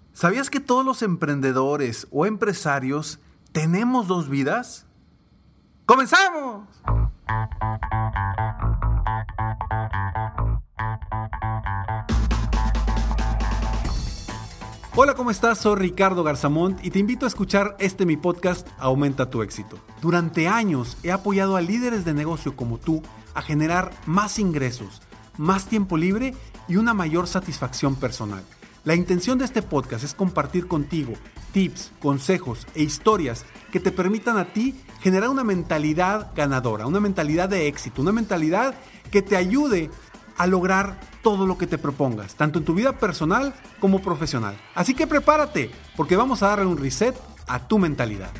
¿Sabías que todos los emprendedores o empresarios tenemos dos vidas? ¡Comenzamos! Hola, ¿cómo estás? Soy Ricardo Garzamont y te invito a escuchar mi podcast Aumenta tu éxito. Durante años he apoyado a líderes de negocio como tú a generar más ingresos, más tiempo libre y una mayor satisfacción personal. La intención de este podcast es compartir contigo tips, consejos e historias que te permitan a ti generar una mentalidad ganadora, una mentalidad de éxito, una mentalidad que te ayude a lograr todo lo que te propongas, tanto en tu vida personal como profesional. Así que prepárate, porque vamos a darle un reset a tu mentalidad.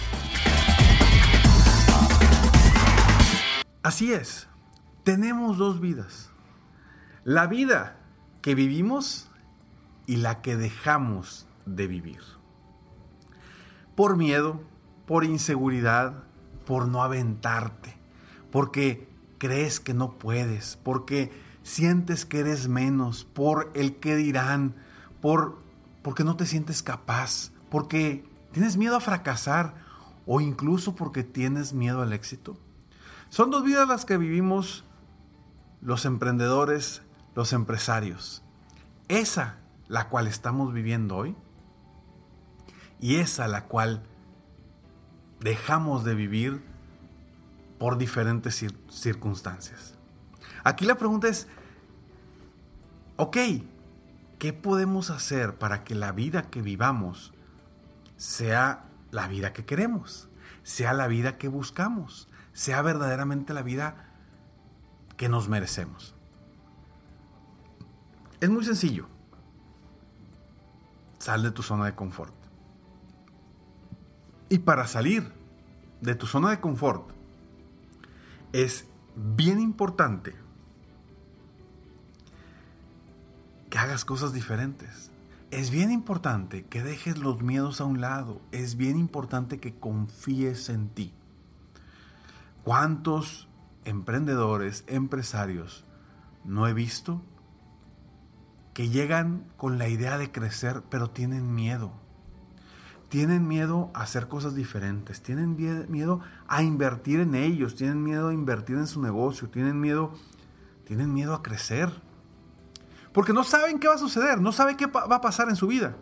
Así es, tenemos dos vidas. La vida que vivimos y la que dejamos de vivir. Por miedo, por inseguridad, por no aventarte, porque crees que no puedes, porque sientes que eres menos, por el qué dirán, porque no te sientes capaz, porque tienes miedo a fracasar o incluso porque tienes miedo al éxito. Son dos vidas las que vivimos los emprendedores, los empresarios. Esa la cual estamos viviendo hoy y esa la cual dejamos de vivir por diferentes circunstancias. Aquí la pregunta es, ok, ¿qué podemos hacer para que la vida que vivamos sea la vida que queremos, sea la vida que buscamos, sea verdaderamente la vida que nos merecemos? Es muy sencillo. Sal de tu zona de confort. Y para salir de tu zona de confort es bien importante que hagas cosas diferentes. Es bien importante que dejes los miedos a un lado. Es bien importante que confíes en ti. ¿Cuántos emprendedores, empresarios no he visto que llegan con la idea de crecer, pero tienen miedo? Tienen miedo a hacer cosas diferentes, tienen miedo a invertir en ellos, tienen miedo a invertir en su negocio, tienen miedo a crecer. Porque no saben qué va a suceder, no saben qué va a pasar en su vida.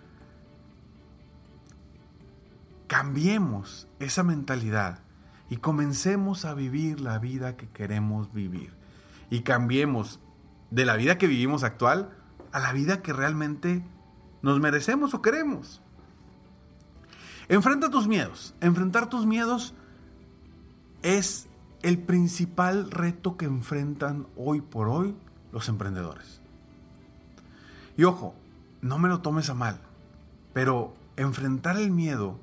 Cambiemos esa mentalidad y comencemos a vivir la vida que queremos vivir. Y cambiemos de la vida que vivimos actual a la vida que realmente nos merecemos o queremos. Enfrenta tus miedos. Enfrentar tus miedos es el principal reto que enfrentan hoy por hoy los emprendedores. Y ojo, no me lo tomes a mal, pero enfrentar el miedo,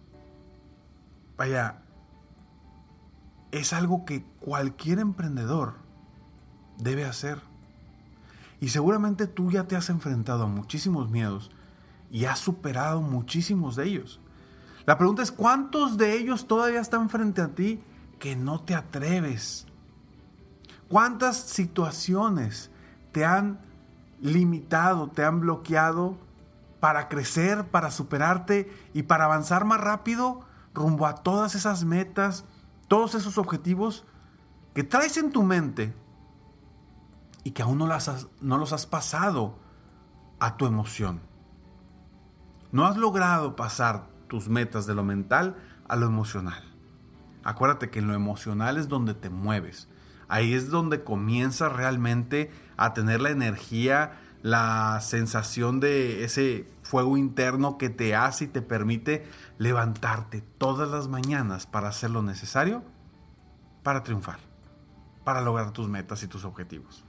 es algo que cualquier emprendedor debe hacer. Y seguramente tú ya te has enfrentado a muchísimos miedos y has superado muchísimos de ellos. La pregunta es, ¿cuántos de ellos todavía están frente a ti que no te atreves? ¿Cuántas situaciones te han limitado, te han bloqueado para crecer, para superarte y para avanzar más rápido rumbo a todas esas metas, todos esos objetivos que traes en tu mente y que aún no los has pasado a tu emoción? No has logrado pasar tus metas de lo mental a lo emocional. Acuérdate que en lo emocional es donde te mueves. Ahí es donde comienzas realmente a tener la energía, la sensación de ese fuego interno que te hace y te permite levantarte todas las mañanas para hacer lo necesario para triunfar, para lograr tus metas y tus objetivos.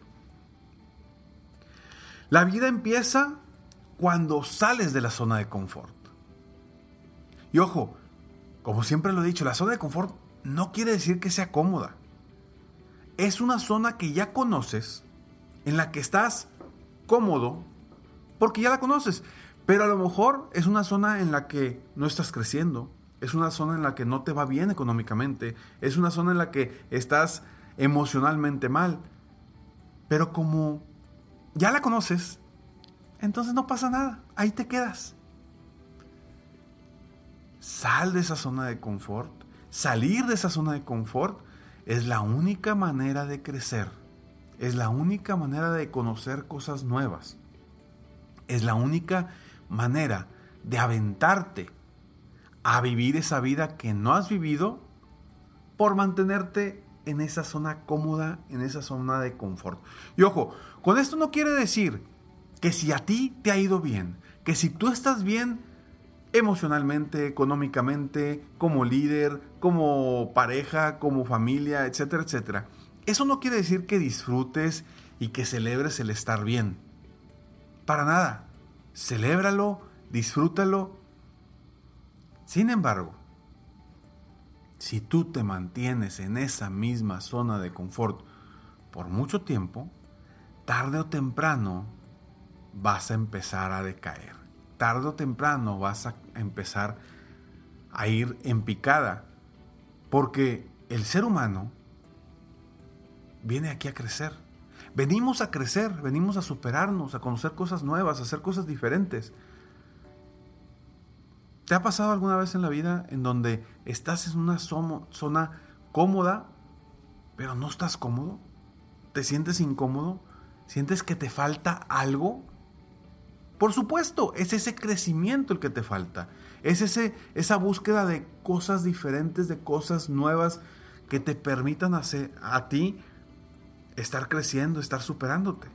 La vida empieza cuando sales de la zona de confort. Y ojo, como siempre lo he dicho, la zona de confort no quiere decir que sea cómoda. Es una zona que ya conoces, en la que estás cómodo, porque ya la conoces. Pero a lo mejor es una zona en la que no estás creciendo, es una zona en la que no te va bien económicamente, es una zona en la que estás emocionalmente mal. Pero como ya la conoces, entonces no pasa nada, ahí te quedas. Sal de esa zona de confort. Salir de esa zona de confort es la única manera de crecer. Es la única manera de conocer cosas nuevas. Es la única manera de aventarte a vivir esa vida que no has vivido por mantenerte en esa zona cómoda, en esa zona de confort. Y ojo, con esto no quiere decir que si a ti te ha ido bien, que si tú estás bien emocionalmente, económicamente, como líder, como pareja, como familia, etcétera, etcétera, eso no quiere decir que disfrutes y que celebres el estar bien. Para nada. Celébralo, disfrútalo. Sin embargo, si tú te mantienes en esa misma zona de confort por mucho tiempo, tarde o temprano vas a empezar a decaer. Tarde o temprano vas a empezar a ir en picada. Porque el ser humano viene aquí a crecer. Venimos a crecer, venimos a superarnos, a conocer cosas nuevas, a hacer cosas diferentes. ¿Te ha pasado alguna vez en la vida en donde estás en una zona cómoda, pero no estás cómodo? ¿Te sientes incómodo? ¿Sientes que te falta algo? Por supuesto, es ese crecimiento el que te falta. Es esa búsqueda de cosas diferentes, de cosas nuevas que te permitan hacer a ti estar creciendo, estar superándote.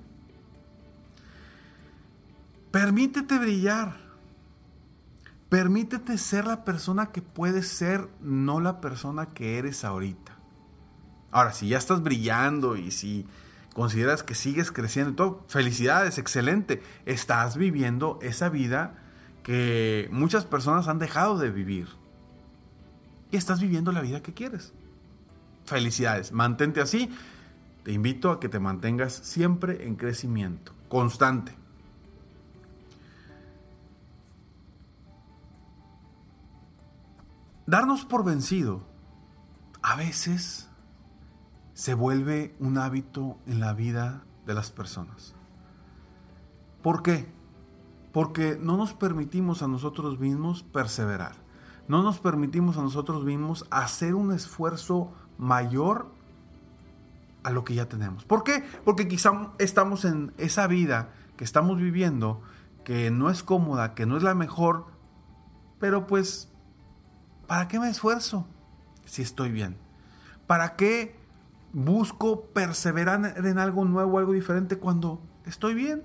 Permítete brillar. Permítete ser la persona que puedes ser, no la persona que eres ahorita. Ahora, si ya estás brillando y si consideras que sigues creciendo y todo, felicidades, excelente. Estás viviendo esa vida que muchas personas han dejado de vivir. Y estás viviendo la vida que quieres. Felicidades, mantente así. Te invito a que te mantengas siempre en crecimiento, constante. Darnos por vencido a veces se vuelve un hábito en la vida de las personas. ¿Por qué? Porque no nos permitimos a nosotros mismos perseverar. No nos permitimos a nosotros mismos hacer un esfuerzo mayor a lo que ya tenemos. ¿Por qué? Porque quizá estamos en esa vida que estamos viviendo, que no es cómoda, que no es la mejor, pero pues, ¿para qué me esfuerzo si estoy bien? ¿Para qué busco perseverar en algo nuevo, algo diferente cuando estoy bien?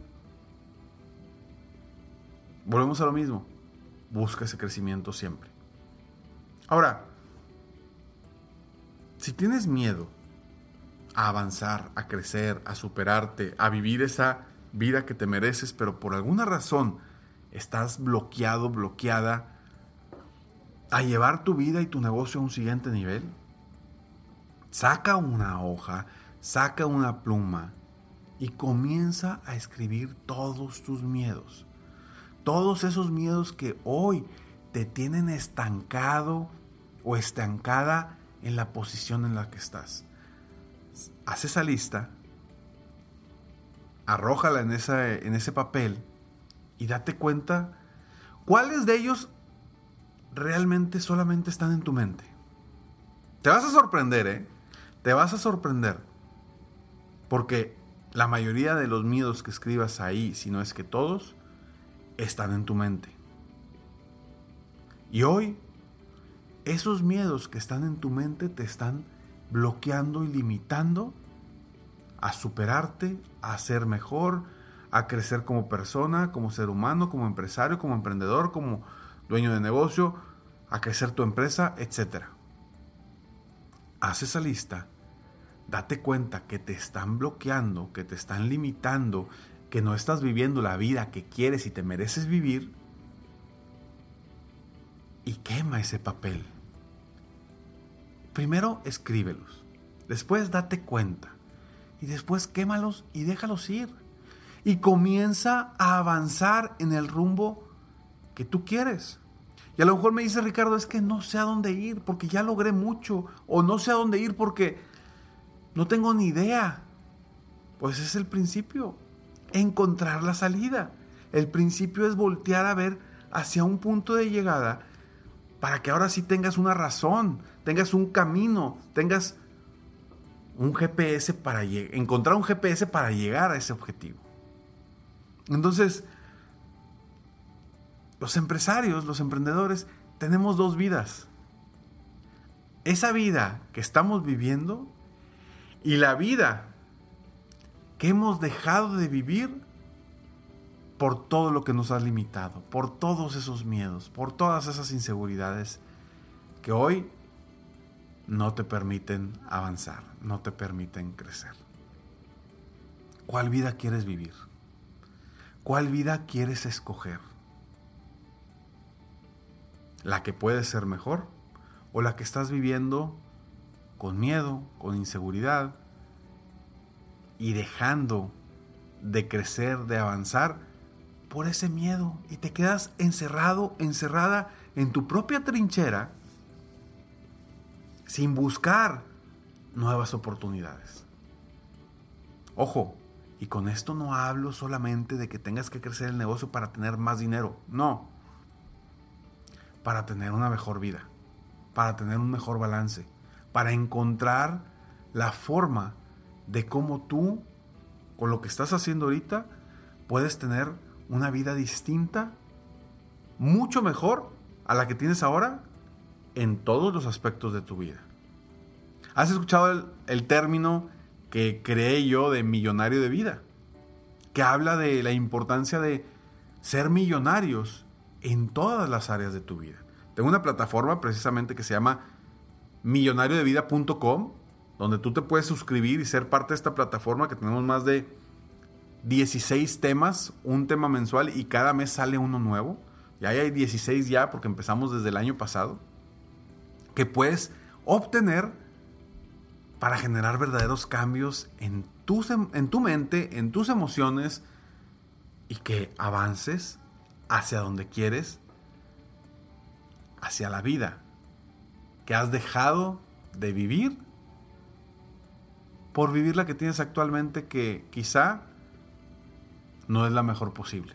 Volvemos a lo mismo. Busca ese crecimiento siempre. Ahora, si tienes miedo a avanzar, a crecer, a superarte, a vivir esa vida que te mereces, pero por alguna razón estás bloqueado, bloqueada a llevar tu vida y tu negocio a un siguiente nivel, saca una hoja, saca una pluma y comienza a escribir todos tus miedos. Todos esos miedos que hoy te tienen estancado o estancada en la posición en la que estás. Haz esa lista, arrójala en ese papel y date cuenta cuáles de ellos realmente solamente están en tu mente. Te vas a sorprender, ¿eh? Te vas a sorprender. Porque la mayoría de los miedos que escribas ahí, si no es que todos, están en tu mente. Y hoy, esos miedos que están en tu mente te están bloqueando y limitando a superarte, a ser mejor, a crecer como persona, como ser humano, como empresario, como emprendedor, como dueño de negocio, a crecer tu empresa, etc. Haz esa lista, date cuenta que te están bloqueando, que te están limitando, que no estás viviendo la vida que quieres y te mereces vivir, y quema ese papel. Primero escríbelos, después date cuenta, y después quémalos y déjalos ir. Y comienza a avanzar en el rumbo que tú quieres. Y a lo mejor me dice Ricardo, es que no sé a dónde ir porque ya logré mucho. O no sé a dónde ir porque no tengo ni idea. Pues es el principio. Encontrar la salida. El principio es voltear a ver hacia un punto de llegada para que ahora sí tengas una razón, tengas un camino, tengas un GPS para encontrar un GPS para llegar a ese objetivo. Entonces, los empresarios, los emprendedores, tenemos dos vidas. Esa vida que estamos viviendo y la vida que hemos dejado de vivir por todo lo que nos ha limitado, por todos esos miedos, por todas esas inseguridades que hoy no te permiten avanzar, no te permiten crecer. ¿Cuál vida quieres vivir? ¿Cuál vida quieres escoger? ¿La que puede ser mejor o la que estás viviendo con miedo, con inseguridad y dejando de crecer, de avanzar por ese miedo y te quedas encerrado, encerrada en tu propia trinchera sin buscar nuevas oportunidades? Ojo, y con esto no hablo solamente de que tengas que crecer el negocio para tener más dinero, no, para tener una mejor vida, para tener un mejor balance, para encontrar la forma de cómo tú, con lo que estás haciendo ahorita, puedes tener una vida distinta, mucho mejor a la que tienes ahora en todos los aspectos de tu vida. ¿Has escuchado el término que creé yo de millonario de vida? Que habla de la importancia de ser millonarios en todas las áreas de tu vida. Tengo una plataforma precisamente que se llama millonariodevida.com, donde tú te puedes suscribir y ser parte de esta plataforma, que tenemos más de 16 temas, un tema mensual, y cada mes sale uno nuevo. Ya hay 16 ya, porque empezamos desde el año pasado, que puedes obtener para generar verdaderos cambios en tu mente, en tus emociones, y que avances hacia donde quieres, hacia la vida que has dejado de vivir por vivir la que tienes actualmente, que quizá no es la mejor posible,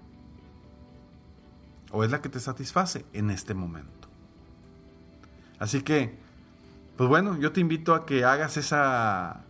o es la que te satisface en este momento. Así que, pues bueno, yo te invito a que hagas ese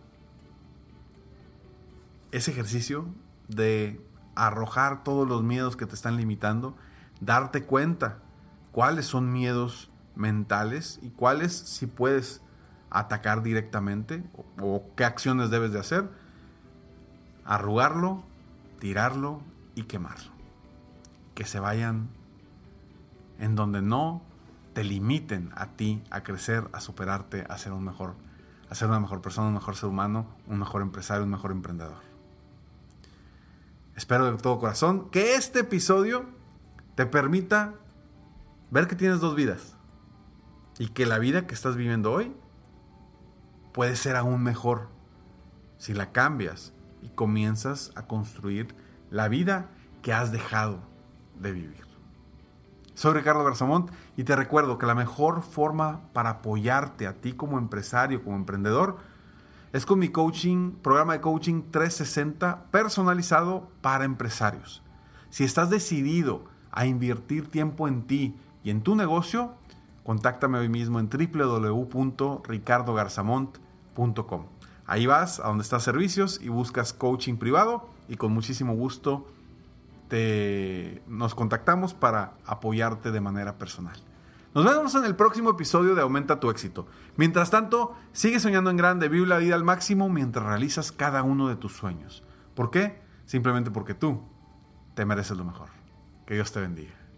ejercicio de arrojar todos los miedos que te están limitando, darte cuenta cuáles son miedos mentales y cuáles sí puedes atacar directamente, o qué acciones debes de hacer: arrugarlo, tirarlo y quemarlo. Que se vayan en donde no te limiten a ti a crecer, a superarte, a ser una mejor persona, un mejor ser humano, un mejor empresario, un mejor emprendedor. Espero de todo corazón que este episodio te permita ver que tienes dos vidas y que la vida que estás viviendo hoy puede ser aún mejor si la cambias y comienzas a construir la vida que has dejado de vivir. Soy Ricardo Garzamont y te recuerdo que la mejor forma para apoyarte a ti como empresario, como emprendedor, es con mi programa de coaching 360 personalizado para empresarios. Si estás decidido a invertir tiempo en ti y en tu negocio, contáctame hoy mismo en www.ricardogarzamont.com. Ahí vas a donde está servicios y buscas coaching privado, y con muchísimo gusto nos contactamos para apoyarte de manera personal. Nos vemos en el próximo episodio de Aumenta tu Éxito. Mientras tanto, sigue soñando en grande, vive la vida al máximo mientras realizas cada uno de tus sueños. ¿Por qué? Simplemente porque tú te mereces lo mejor. Que Dios te bendiga.